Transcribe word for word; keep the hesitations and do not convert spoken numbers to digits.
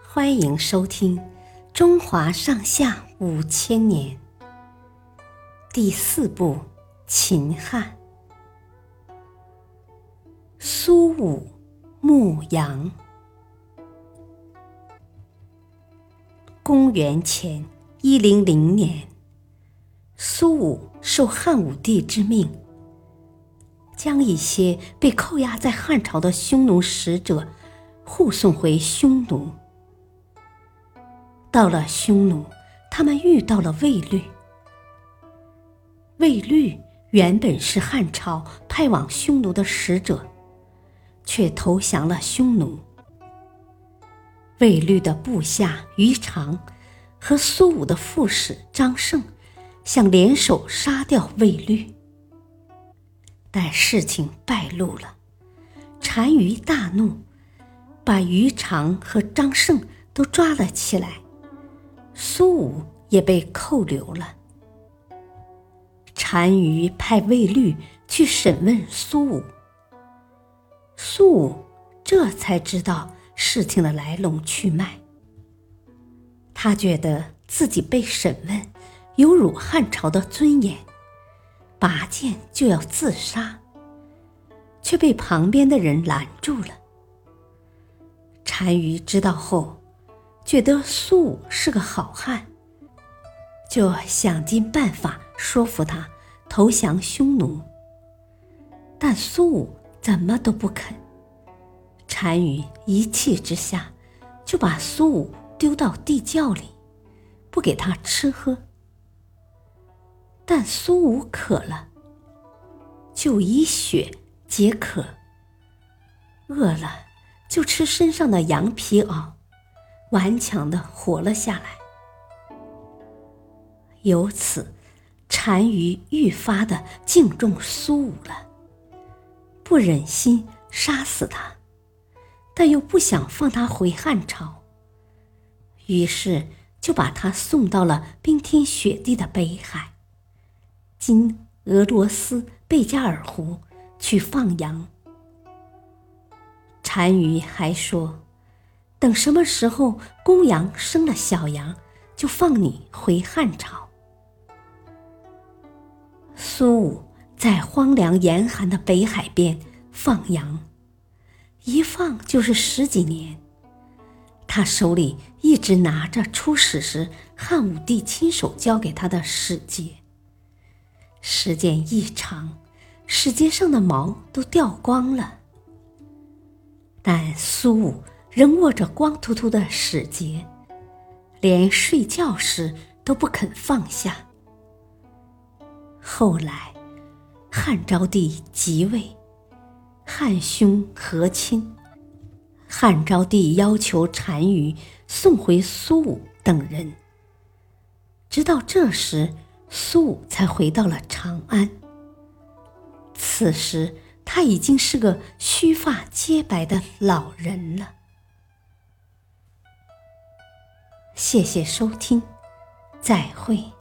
欢迎收听《中华上下五千年》第四部《秦汉》。苏武牧羊。公元前一零零年，苏武受汉武帝之命，将一些被扣押在汉朝的匈奴使者护送回匈奴。到了匈奴，他们遇到了卫律。卫律原本是汉朝派往匈奴的使者，却投降了匈奴。卫律的部下于长和苏武的副使张胜想联手杀掉卫律，但事情败露了。单于大怒，把于长和张胜都抓了起来，苏武也被扣留了。单于派卫律去审问苏武，苏武这才知道事情的来龙去脉。他觉得自己被审问有辱汉朝的尊严，拔剑就要自杀，却被旁边的人拦住了。单于知道后，觉得苏武是个好汉，就想尽办法说服他投降匈奴。但苏武怎么都不肯。单于一气之下，就把苏武丢到地窖里，不给他吃喝。但苏武渴了，就以血解渴，饿了就吃身上的羊皮袄，顽强地活了下来。由此，单于愈发的敬重苏武了，不忍心杀死他，但又不想放他回汉朝，于是就把他送到了冰天雪地的北海，今俄罗斯贝加尔湖去放羊。单于还说，等什么时候公羊生了小羊，就放你回汉朝。苏武在荒凉严寒的北海边放羊，一放就是十几年。他手里一直拿着出使时汉武帝亲手交给他的使节，时间一长，使节上的毛都掉光了。但苏武仍握着光秃秃的使节，连睡觉时都不肯放下。后来汉昭帝即位，汉匈和亲，汉昭帝要求单于送回苏武等人。直到这时，苏武才回到了长安。此时他已经是个须发皆白的老人了。谢谢收听，再会。